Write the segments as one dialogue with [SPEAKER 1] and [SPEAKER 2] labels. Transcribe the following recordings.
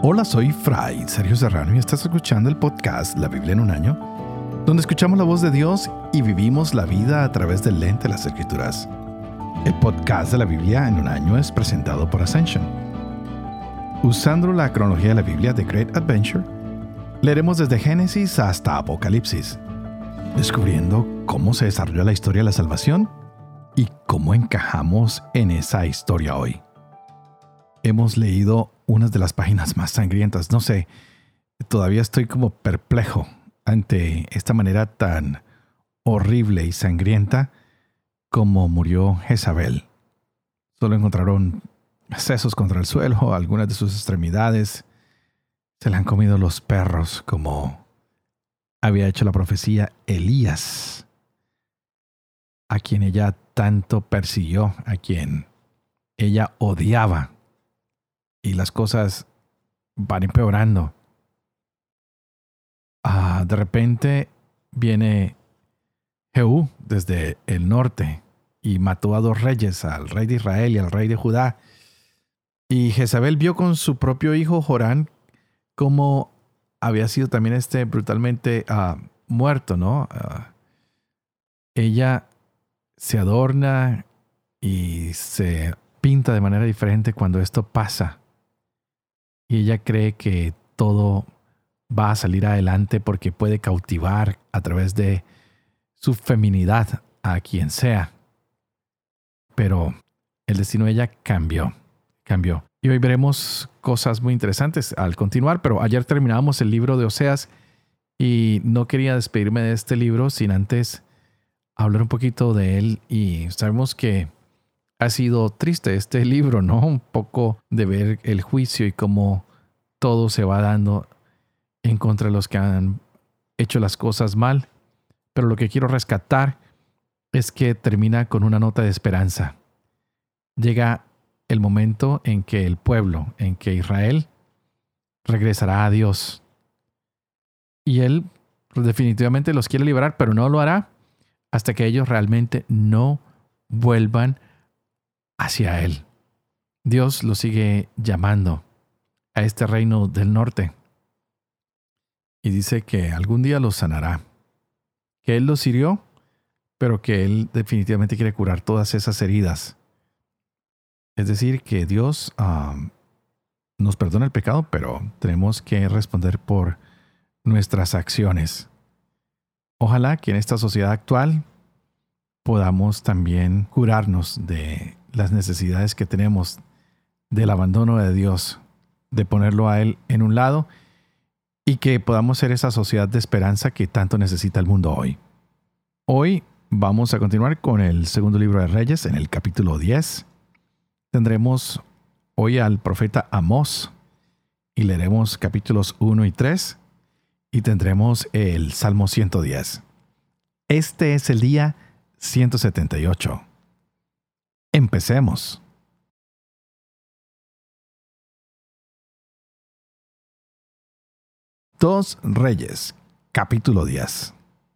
[SPEAKER 1] Hola, soy Fray Sergio Serrano y estás escuchando el podcast La Biblia en un año, donde escuchamos la voz de Dios y vivimos la vida a través del lente de las Escrituras. El podcast de la Biblia en un año es presentado por Ascension. Usando la cronología de la Biblia de Great Adventure, leeremos desde Génesis hasta Apocalipsis, descubriendo cómo se desarrolló la historia de la salvación y cómo encajamos en esa historia hoy. Hemos leído unas de las páginas más sangrientas. No sé, todavía estoy como perplejo ante esta manera tan horrible y sangrienta como murió Jezabel. Solo encontraron sesos contra el suelo, algunas de sus extremidades se la han comido los perros, como había hecho la profecía Elías, a quien ella tanto persiguió, a quien ella odiaba. Y las cosas van empeorando. De repente viene Jehú desde el norte y mató a 2 reyes, al rey de Israel y al rey de Judá. Y Jezabel vio con su propio hijo Jorán cómo había sido también brutalmente muerto, ¿no? Ella se adorna y se pinta de manera diferente cuando esto pasa. Y ella cree que todo va a salir adelante porque puede cautivar a través de su feminidad a quien sea. Pero el destino de ella cambió. Y hoy veremos cosas muy interesantes al continuar, pero ayer terminábamos el libro de Oseas y no quería despedirme de este libro sin antes hablar un poquito de él. Y sabemos que ha sido triste este libro, ¿no? Un poco de ver el juicio y cómo todo se va dando en contra de los que han hecho las cosas mal. Pero lo que quiero rescatar es que termina con una nota de esperanza. Llega el momento en que el pueblo, en que Israel regresará a Dios. Y Él definitivamente los quiere liberar, pero no lo hará hasta que ellos realmente no vuelvan hacia Él. Dios los sigue llamando a este reino del norte. Y dice que algún día los sanará. Que Él los hirió, pero que Él definitivamente quiere curar todas esas heridas. Es decir, que Dios nos perdona el pecado, pero tenemos que responder por nuestras acciones. Ojalá que en esta sociedad actual podamos también curarnos de las necesidades que tenemos del abandono de Dios, de ponerlo a Él en un lado y que podamos ser esa sociedad de esperanza que tanto necesita el mundo hoy. Hoy vamos a continuar con el segundo libro de Reyes en el capítulo 10. Tendremos hoy al profeta Amós y leeremos capítulos 1 y 3 y tendremos el Salmo 110. Este es el día 178. Empecemos. Dos Reyes, capítulo 10.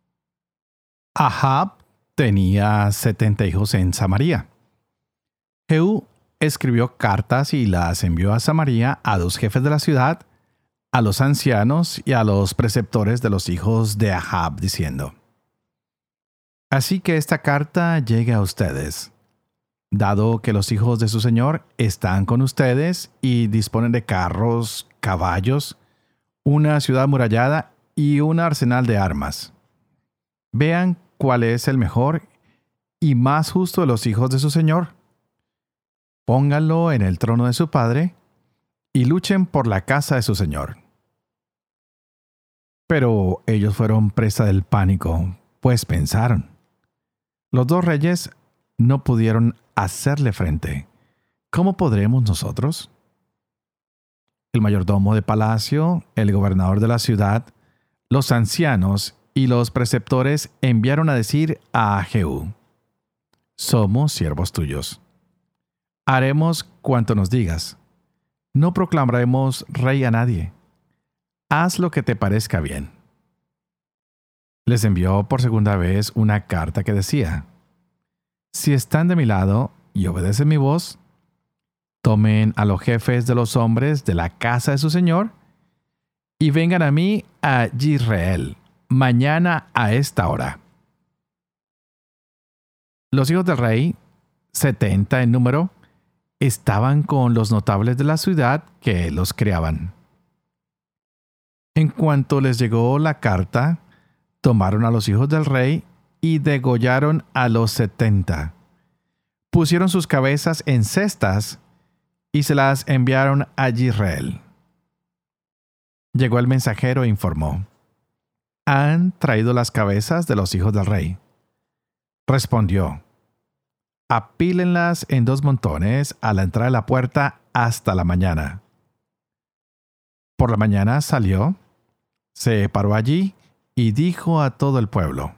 [SPEAKER 1] Ahab tenía 70 hijos en Samaria. Jehú escribió cartas y las envió a Samaria a 2 jefes de la ciudad, a los ancianos y a los preceptores de los hijos de Ahab, diciendo: Así que esta carta llegue a ustedes, dado que los hijos de su señor están con ustedes y disponen de carros, caballos, una ciudad amurallada y un arsenal de armas. Vean cuál es el mejor y más justo de los hijos de su señor. Pónganlo en el trono de su padre y luchen por la casa de su señor. Pero ellos fueron presa del pánico, pues pensaron: los 2 reyes no pudieron hacerle frente. ¿Cómo podremos nosotros? El mayordomo de palacio, el gobernador de la ciudad, los ancianos y los preceptores enviaron a decir a Jehú: somos siervos tuyos. Haremos cuanto nos digas. No proclamaremos rey a nadie. Haz lo que te parezca bien. Les envió por segunda vez una carta que decía: si están de mi lado y obedecen mi voz, tomen a los jefes de los hombres de la casa de su señor y vengan a mí a Yisrael mañana a esta hora. Los hijos del rey, 70 en número, estaban con los notables de la ciudad que los criaban. En cuanto les llegó la carta, tomaron a los hijos del rey y degollaron a los 70. Pusieron sus cabezas en cestas y se las enviaron a Yisrael. Llegó el mensajero e informó: ¿han traído las cabezas de los hijos del rey? Respondió: apílenlas en 2 montones a la entrada de la puerta hasta la mañana. Por la mañana salió, se paró allí y dijo a todo el pueblo: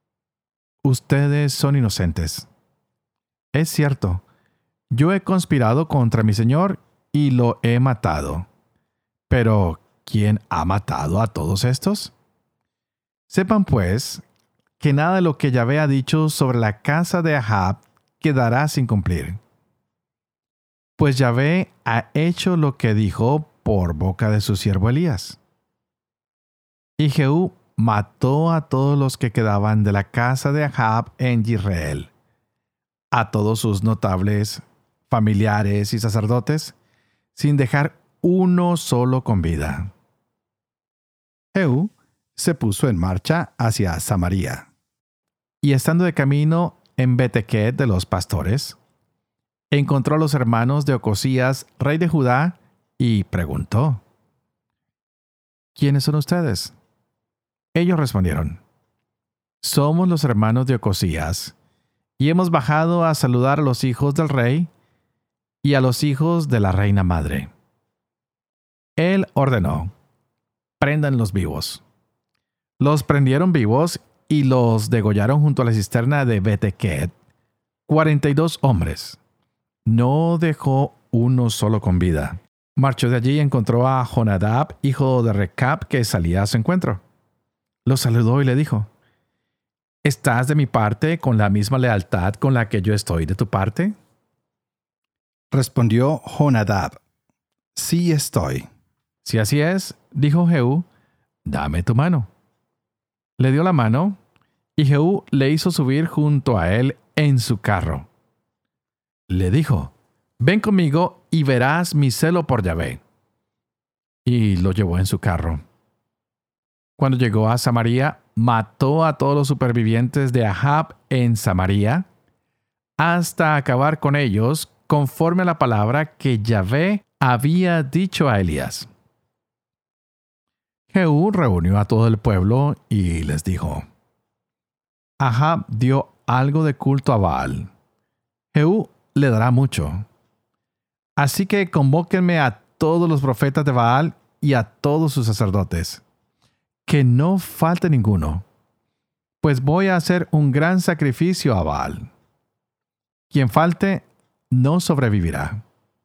[SPEAKER 1] ustedes son inocentes. Es cierto, yo he conspirado contra mi señor y lo he matado. Pero, ¿quién ha matado a todos estos? Sepan pues que nada de lo que Yahvé ha dicho sobre la casa de Ahab quedará sin cumplir. Pues Yahvé ha hecho lo que dijo por boca de su siervo Elías. Y Jehú mató a todos los que quedaban de la casa de Ahab en Yisrael, a todos sus notables, familiares y sacerdotes, sin dejar uno solo con vida. Jehú se puso en marcha hacia Samaria. Y estando de camino en Betequet de los pastores, encontró a los hermanos de Ocosías, rey de Judá, y preguntó: ¿quiénes son ustedes? Ellos respondieron: somos los hermanos de Ocosías, y hemos bajado a saludar a los hijos del rey y a los hijos de la reina madre. Él ordenó: préndanlos vivos. Los prendieron vivos y los degollaron junto a la cisterna de Betequet, 42 hombres. No dejó uno solo con vida. Marchó de allí y encontró a Jonadab, hijo de Recab, que salía a su encuentro. Lo saludó y le dijo: ¿estás de mi parte con la misma lealtad con la que yo estoy de tu parte?
[SPEAKER 2] Respondió Jonadab: sí estoy.
[SPEAKER 1] Si así es, dijo Jehú, dame tu mano. Le dio la mano, y Jehú le hizo subir junto a él en su carro. Le dijo: ven conmigo y verás mi celo por Yahvé. Y lo llevó en su carro. Cuando llegó a Samaria, mató a todos los supervivientes de Ahab en Samaria, hasta acabar con ellos, conforme a la palabra que Yahvé había dicho a Elías. Jehú reunió a todo el pueblo y les dijo: Ahab dio algo de culto a Baal. Jehú le dará mucho. Así que convóquenme a todos los profetas de Baal y a todos sus sacerdotes. Que no falte ninguno, pues voy a hacer un gran sacrificio a Baal. Quien falte no sobrevivirá.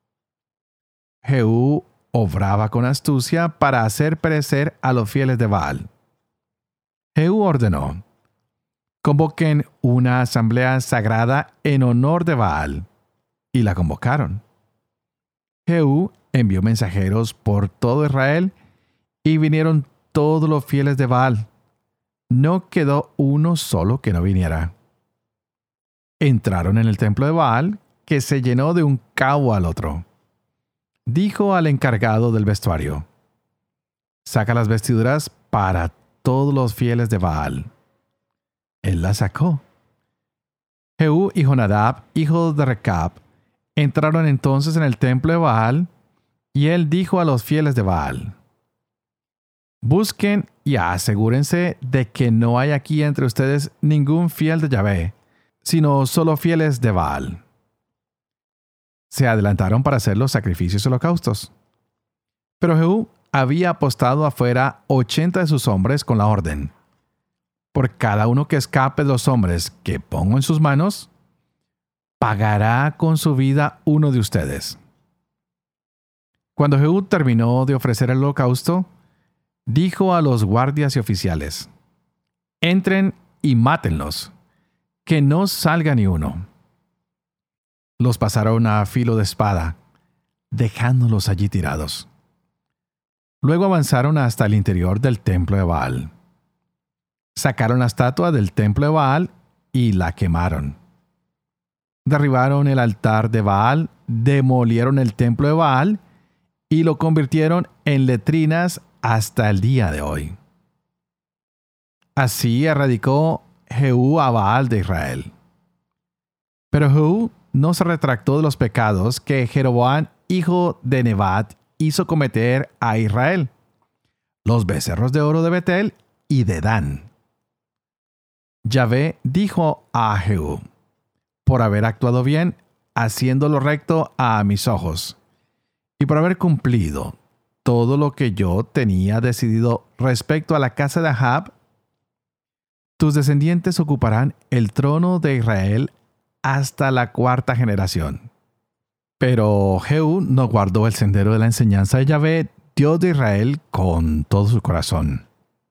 [SPEAKER 1] Jehú obraba con astucia para hacer perecer a los fieles de Baal. Jehú ordenó: convoquen una asamblea sagrada en honor de Baal, y la convocaron. Jehú envió mensajeros por todo Israel, y vinieron todos los fieles de Baal. No quedó uno solo que no viniera. Entraron en el templo de Baal, que se llenó de un cabo al otro. Dijo al encargado del vestuario: saca las vestiduras para todos los fieles de Baal. Él las sacó. Jehú y Jonadab, hijo de Recab, entraron entonces en el templo de Baal, y él dijo a los fieles de Baal: busquen y asegúrense de que no hay aquí entre ustedes ningún fiel de Yahvé, sino solo fieles de Baal. Se adelantaron para hacer los sacrificios y holocaustos. Pero Jehú había apostado afuera 80 de sus hombres con la orden: por cada uno que escape de los hombres que pongo en sus manos, pagará con su vida uno de ustedes. Cuando Jehú terminó de ofrecer el holocausto, dijo a los guardias y oficiales: entren y mátenlos, que no salga ni uno. Los pasaron a filo de espada, dejándolos allí tirados. Luego avanzaron hasta el interior del templo de Baal. Sacaron la estatua del templo de Baal y la quemaron. Derribaron el altar de Baal, demolieron el templo de Baal y lo convirtieron en letrinas hasta el día de hoy. Así erradicó Jehú a Baal de Israel. Pero Jehú no se retractó de los pecados que Jeroboam, hijo de Nebat, hizo cometer a Israel, los becerros de oro de Betel y de Dan. Yahvé dijo a Jehú: por haber actuado bien, haciendo lo recto a mis ojos, y por haber cumplido todo lo que yo tenía decidido respecto a la casa de Ahab, tus descendientes ocuparán el trono de Israel hasta la 4ª generación. Pero Jehú no guardó el sendero de la enseñanza de Yahvé, Dios de Israel, con todo su corazón.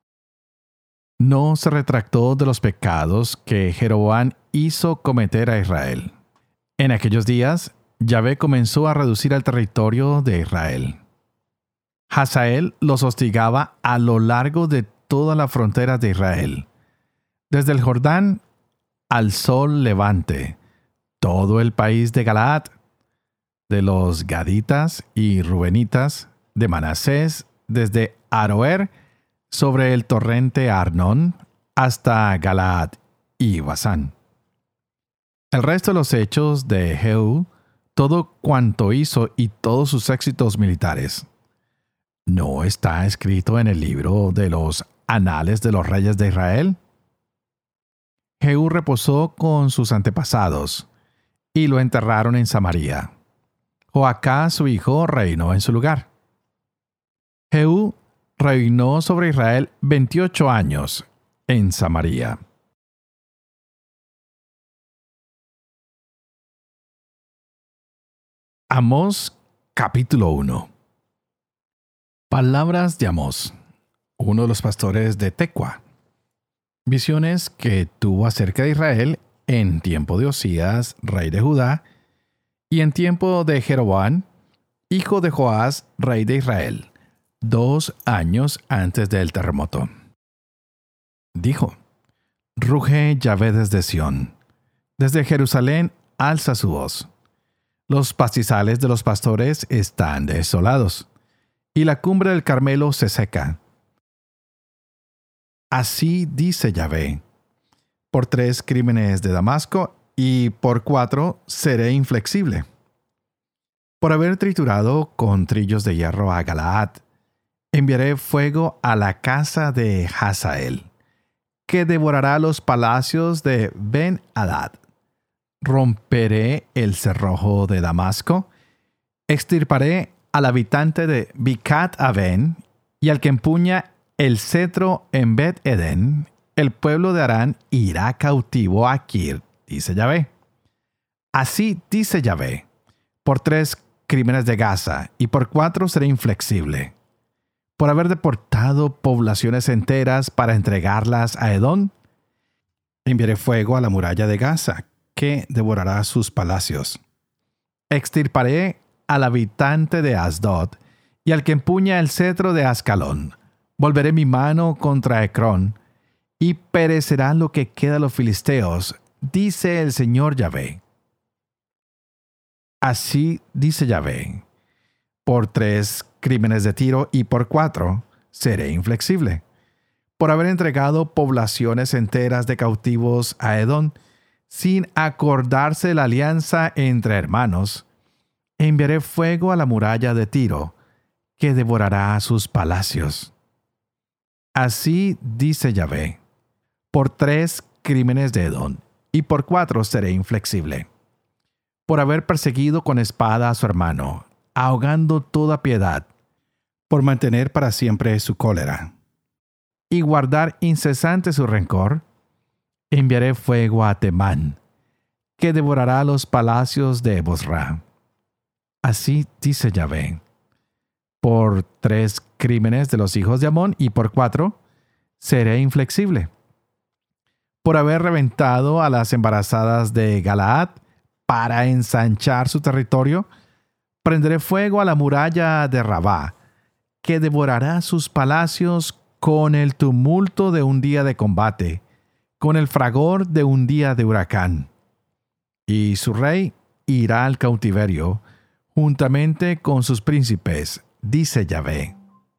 [SPEAKER 1] No se retractó de los pecados que Jeroboam hizo cometer a Israel. En aquellos días, Yahvé comenzó a reducir el territorio de Israel. Hazael los hostigaba a lo largo de todas las fronteras de Israel, desde el Jordán al sol levante, todo el país de Galaad, de los gaditas y rubenitas, de Manasés, desde Aroer, sobre el torrente Arnón, hasta Galaad y Basán. El resto de los hechos de Jehú, todo cuanto hizo y todos sus éxitos militares, ¿no está escrito en el libro de los anales de los reyes de Israel? Jehú reposó con sus antepasados, y lo enterraron en Samaria. Joacá, su hijo, reinó en su lugar. Jehú reinó sobre Israel 28 años en Samaria. Amós, capítulo 1. Palabras de Amós, uno de los pastores de Tecoa. Visiones que tuvo acerca de Israel en tiempo de Osías, rey de Judá, y en tiempo de Jeroboam, hijo de Joás, rey de Israel, 2 años antes del terremoto. Dijo: ruge Yahvé desde Sión, desde Jerusalén alza su voz. Los pastizales de los pastores están desolados, y la cumbre del Carmelo se seca. Así dice Yahvé: por 3 crímenes de Damasco y por 4 seré inflexible. Por haber triturado con trillos de hierro a Galaad, enviaré fuego a la casa de Hazael, que devorará los palacios de Ben-Hadad. Romperé el cerrojo de Damasco, extirparé al habitante de Bicat Aven y al que empuña el cetro en Bet-Edén. El pueblo de Harán irá cautivo a Kir, dice Yahvé. Así dice Yahvé: por 3 crímenes de Gaza y por 4 seré inflexible. Por haber deportado poblaciones enteras para entregarlas a Edom, enviaré fuego a la muralla de Gaza, que devorará sus palacios. Extirparé al habitante de Asdod y al que empuña el cetro de Ascalón. Volveré mi mano contra Ecrón, y perecerá lo que queda de los filisteos, dice el Señor Yahvé. Así dice Yahvé: por 3 crímenes de Tiro y por 4 seré inflexible. Por haber entregado poblaciones enteras de cautivos a Edom, sin acordarse la alianza entre hermanos, enviaré fuego a la muralla de Tiro, que devorará sus palacios. Así dice Yahvé: por 3 crímenes de Edom y por 4 seré inflexible. Por haber perseguido con espada a su hermano, ahogando toda piedad, por mantener para siempre su cólera, y guardar incesante su rencor, enviaré fuego a Temán, que devorará los palacios de Bosra. Así dice Yahvé: por 3 crímenes de los hijos de Amón y por 4 seré inflexible. Por haber reventado a las embarazadas de Galaad para ensanchar su territorio, Prenderé fuego a la muralla de Rabá, que devorará sus palacios con el tumulto de un día de combate, con el fragor de un día de huracán. Y su rey irá al cautiverio, juntamente con sus príncipes, dice Yahvé.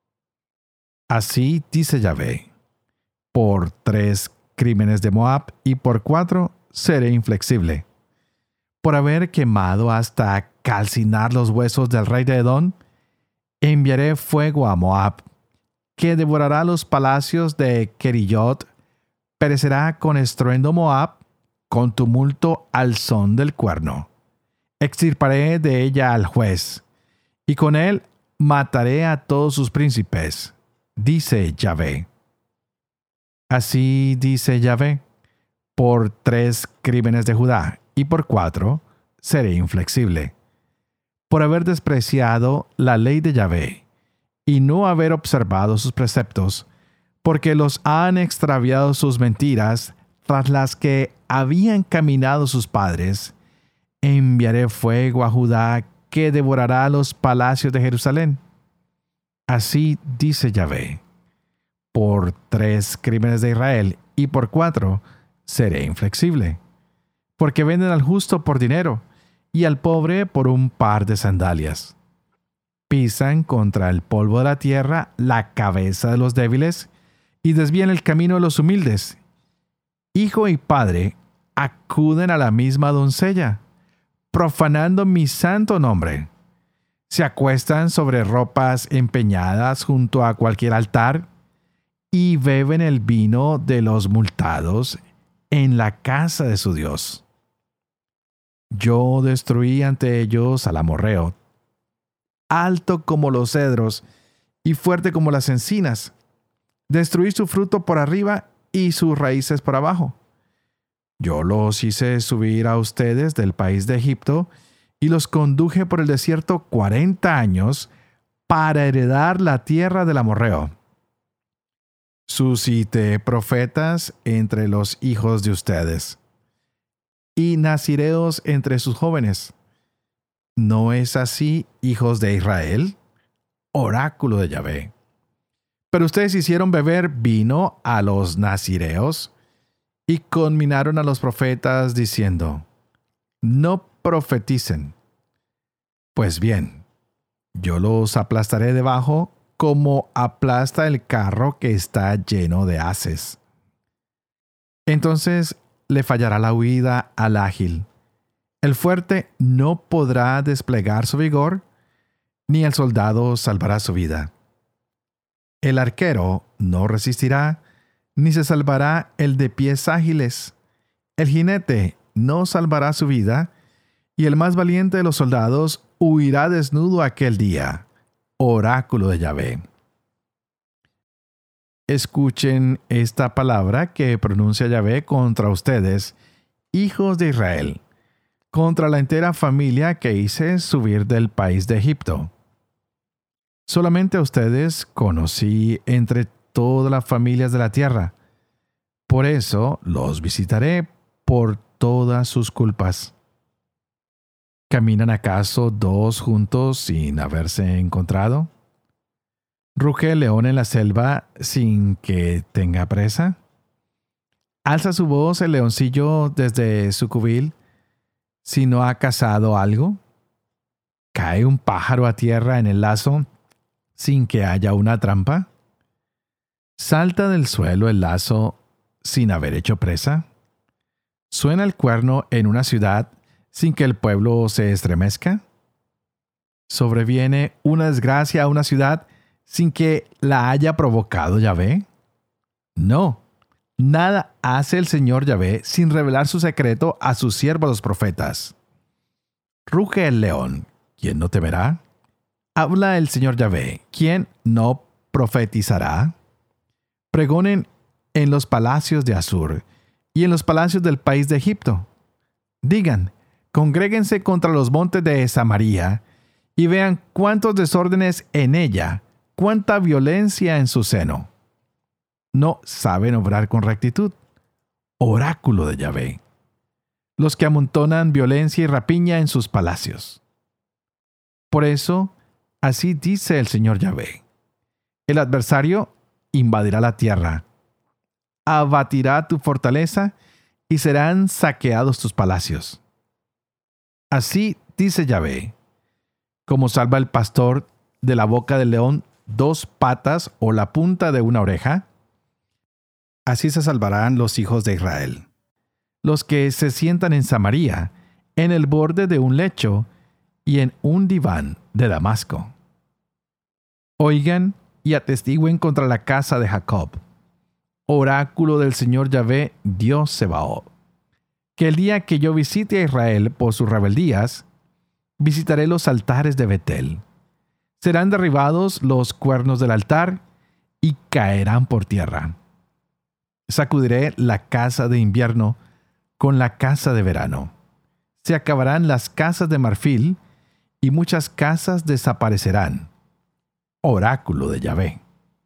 [SPEAKER 1] Así dice Yahvé: por 3 crímenes de Moab y por 4 seré inflexible. Por haber quemado hasta calcinar los huesos del rey de Edom, enviaré fuego a Moab, que devorará los palacios de Keriyot. Perecerá con estruendo Moab, con tumulto al son del cuerno. Extirparé de ella al juez, y con él mataré a todos sus príncipes, dice Yahvé. Así dice Yahvé: por 3 crímenes de Judá y por 4 seré inflexible. Por haber despreciado la ley de Yahvé y no haber observado sus preceptos, porque los han extraviado sus mentiras tras las que habían caminado sus padres, enviaré fuego a Judá que devorará los palacios de Jerusalén. Así dice Yahvé: por 3 crímenes de Israel y por 4 seré inflexible. Porque venden al justo por dinero y al pobre por un par de sandalias. Pisan contra el polvo de la tierra la cabeza de los débiles y desvían el camino de los humildes. Hijo y padre acuden a la misma doncella, profanando mi santo nombre. Se acuestan sobre ropas empeñadas junto a cualquier altar y beben el vino de los multados en la casa de su Dios. Yo destruí ante ellos al amorreo, alto como los cedros y fuerte como las encinas. Destruí su fruto por arriba y sus raíces por abajo. Yo los hice subir a ustedes del país de Egipto y los conduje por el desierto 40 años para heredar la tierra del amorreo. Suscité profetas entre los hijos de ustedes y nazireos entre sus jóvenes. ¿No es así, hijos de Israel? Oráculo de Yahvé. Pero ustedes hicieron beber vino a los nazireos y conminaron a los profetas diciendo: no profeticen. Pues bien, yo los aplastaré debajo como aplasta el carro que está lleno de haces. Entonces le fallará la huida al ágil. El fuerte no podrá desplegar su vigor, ni el soldado salvará su vida. El arquero no resistirá, ni se salvará el de pies ágiles. El jinete no salvará su vida, y el más valiente de los soldados huirá desnudo aquel día. Oráculo de Yahvé. Escuchen esta palabra que pronuncia Yahvé contra ustedes, hijos de Israel, contra la entera familia que hice subir del país de Egipto. Solamente a ustedes conocí entre todas las familias de la tierra. Por eso los visitaré por todas sus culpas. ¿Caminan acaso 2 juntos sin haberse encontrado? ¿Ruge el león en la selva sin que tenga presa? ¿Alza su voz el leoncillo desde su cubil si no ha cazado algo? ¿Cae un pájaro a tierra en el lazo sin que haya una trampa? ¿Salta del suelo el lazo sin haber hecho presa? ¿Suena el cuerno en una ciudad sin que el pueblo se estremezca? ¿Sobreviene una desgracia a una ciudad sin que la haya provocado Yahvé? No, nada hace el Señor Yahvé sin revelar su secreto a sus siervos los profetas. Ruge el león, ¿quién no temerá? Habla el Señor Yahvé, ¿quién no profetizará? Pregonen en los palacios de Asur y en los palacios del país de Egipto. Digan: congréguense contra los montes de Samaria y vean cuántos desórdenes en ella, cuánta violencia en su seno. No saben obrar con rectitud. Oráculo de Yahvé. Los que amontonan violencia y rapiña en sus palacios. Por eso, así dice el Señor Yahvé: el adversario invadirá la tierra, abatirá tu fortaleza y serán saqueados tus palacios. Así dice Yahvé: como salva el pastor de la boca del león 2 patas o la punta de una oreja,
[SPEAKER 2] así se salvarán los hijos de Israel.
[SPEAKER 1] los que se sientan en Samaria, en el borde de un lecho y en un diván de Damasco. Oigan y atestiguen contra la casa de Jacob, oráculo del Señor Yahvé, Dios Sebaot, que el día que yo visite a Israel por sus rebeldías, visitaré los altares de Betel. Serán derribados los cuernos del altar y caerán por tierra. Sacudiré la casa de invierno con la casa de verano. Se acabarán las casas de marfil y muchas casas desaparecerán. Oráculo de Yahvé.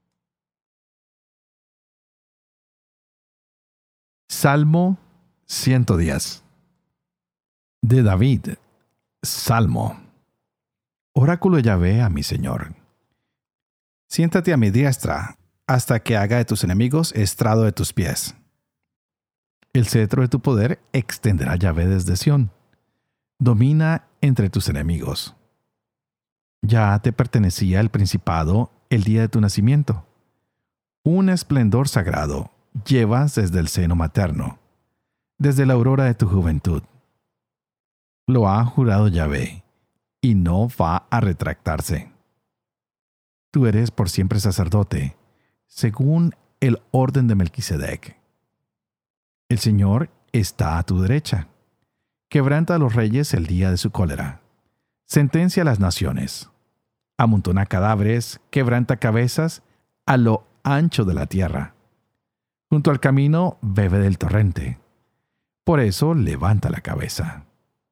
[SPEAKER 1] Salmo 110. De David. Salmo. Oráculo de Yahvé a mi Señor.
[SPEAKER 2] Siéntate a mi diestra, hasta que haga de tus enemigos estrado de tus pies.
[SPEAKER 1] El cetro de tu poder extenderá Yahvé desde Sión. Domina entre tus enemigos. Ya te pertenecía el principado el día de tu nacimiento. Un esplendor sagrado llevas desde el seno materno, desde la aurora de tu juventud. Lo ha jurado Yahvé, y no va a retractarse. Tú eres por siempre sacerdote, según el orden de Melquisedec. El Señor está a tu derecha. Quebranta a los reyes el día de su cólera. Sentencia a las naciones. Amontona cadáveres, quebranta cabezas a lo ancho de la tierra. Junto al camino bebe del torrente. Por eso levanta la cabeza.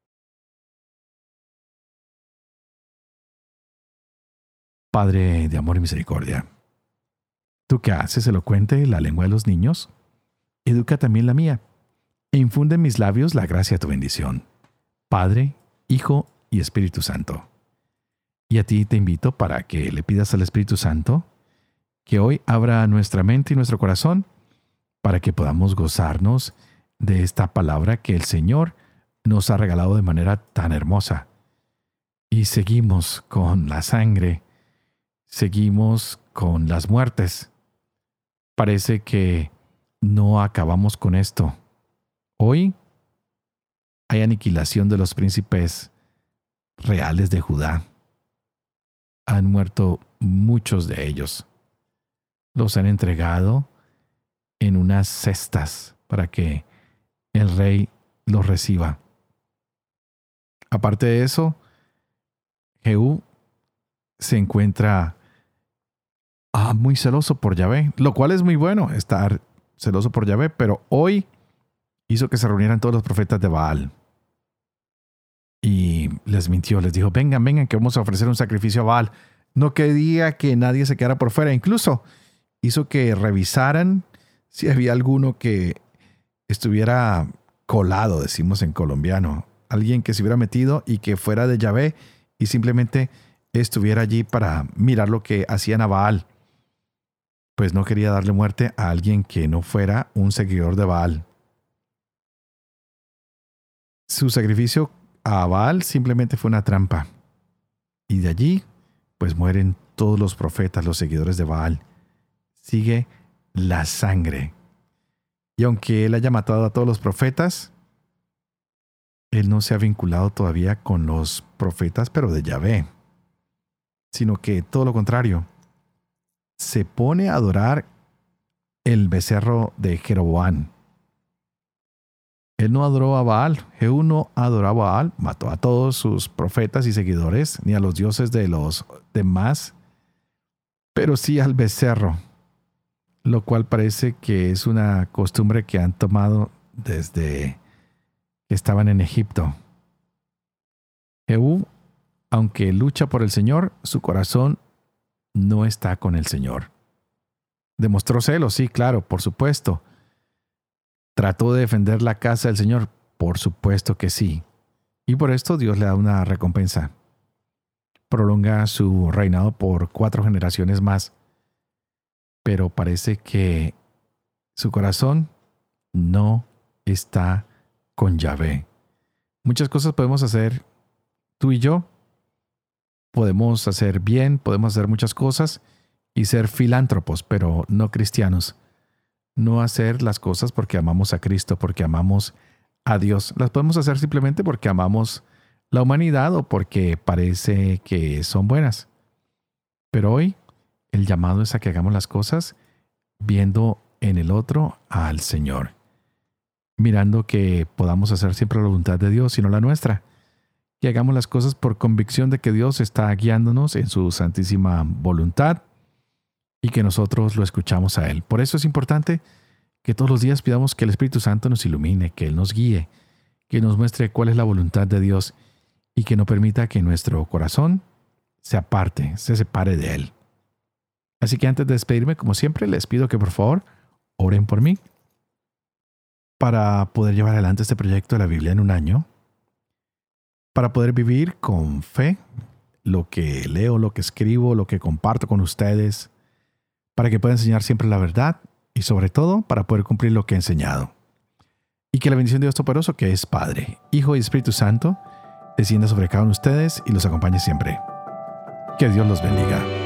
[SPEAKER 1] Padre de amor y misericordia, tú que haces elocuente la lengua de los niños, educa también la mía, e infunde en mis labios la gracia de tu bendición, Padre, Hijo y Espíritu Santo. Y a ti te invito para que le pidas al Espíritu Santo que hoy abra nuestra mente y nuestro corazón para que podamos gozarnos de esta palabra que el Señor nos ha regalado de manera tan hermosa. Y seguimos con la sangre, seguimos con las muertes. Parece que no acabamos con esto. Hoy hay aniquilación de los príncipes reales de Judá. Han muerto muchos de ellos. Los han entregado en unas cestas para que el rey los reciba. Aparte de eso, Jehú se encuentra muy celoso por Yahvé, lo cual es muy bueno, estar celoso por Yahvé, pero hoy hizo que se reunieran todos los profetas de Baal. Y les mintió, les dijo, vengan, que vamos a ofrecer un sacrificio a Baal. No quería que nadie se quedara por fuera. Incluso hizo que revisaran si había alguno que estuviera colado, decimos en colombiano. Alguien que se hubiera metido y que fuera de Yahvé y simplemente estuviera allí para mirar lo que hacían a Baal. Pues no quería darle muerte a alguien que no fuera un seguidor de Baal. Su sacrificio a Baal simplemente fue una trampa. Y de allí, pues mueren todos los profetas, los seguidores de Baal. Sigue la sangre. Y aunque él haya matado a todos los profetas, él no se ha vinculado todavía con los profetas, pero de Yahvé. Sino que todo lo contrario. Se pone a adorar el becerro de Jeroboam. Él no adoró a Baal. Jehú no adoró a Baal. Mató a todos sus profetas y seguidores, ni a los dioses de los demás, pero sí al becerro, lo cual parece que es una costumbre que han tomado desde que estaban en Egipto. Jehú, aunque lucha por el Señor, su corazón no está con el Señor. Demostró celos, sí, claro, por supuesto. ¿Trató de defender la casa del Señor? Por supuesto que sí. Y por esto Dios le da una recompensa. prolonga su reinado por 4 generaciones más. Pero parece que su corazón no está con Yahvé. Muchas cosas podemos hacer tú y yo. Podemos hacer bien, podemos hacer muchas cosas y ser filántropos, pero no cristianos. No hacer las cosas porque amamos a Cristo, porque amamos a Dios. Las podemos hacer simplemente porque amamos la humanidad o porque parece que son buenas. Pero hoy el llamado es a que hagamos las cosas viendo en el otro al Señor. Mirando que podamos hacer siempre la voluntad de Dios y no la nuestra. Que hagamos las cosas por convicción de que Dios está guiándonos en su santísima voluntad y que nosotros lo escuchamos a Él. Por eso es importante que todos los días pidamos que el Espíritu Santo nos ilumine, que Él nos guíe, que nos muestre cuál es la voluntad de Dios y que no permita que nuestro corazón se aparte, se separe de Él. Así que antes de despedirme, como siempre, les pido que por favor oren por mí para poder llevar adelante este proyecto de la Biblia en un año, para poder vivir con fe lo que leo, lo que escribo, lo que comparto con ustedes, para que pueda enseñar siempre la verdad y sobre todo para poder cumplir lo que he enseñado. Y que la bendición de Dios Todopoderoso, que es Padre, Hijo y Espíritu Santo, descienda sobre cada uno de ustedes y los acompañe siempre. Que Dios los bendiga.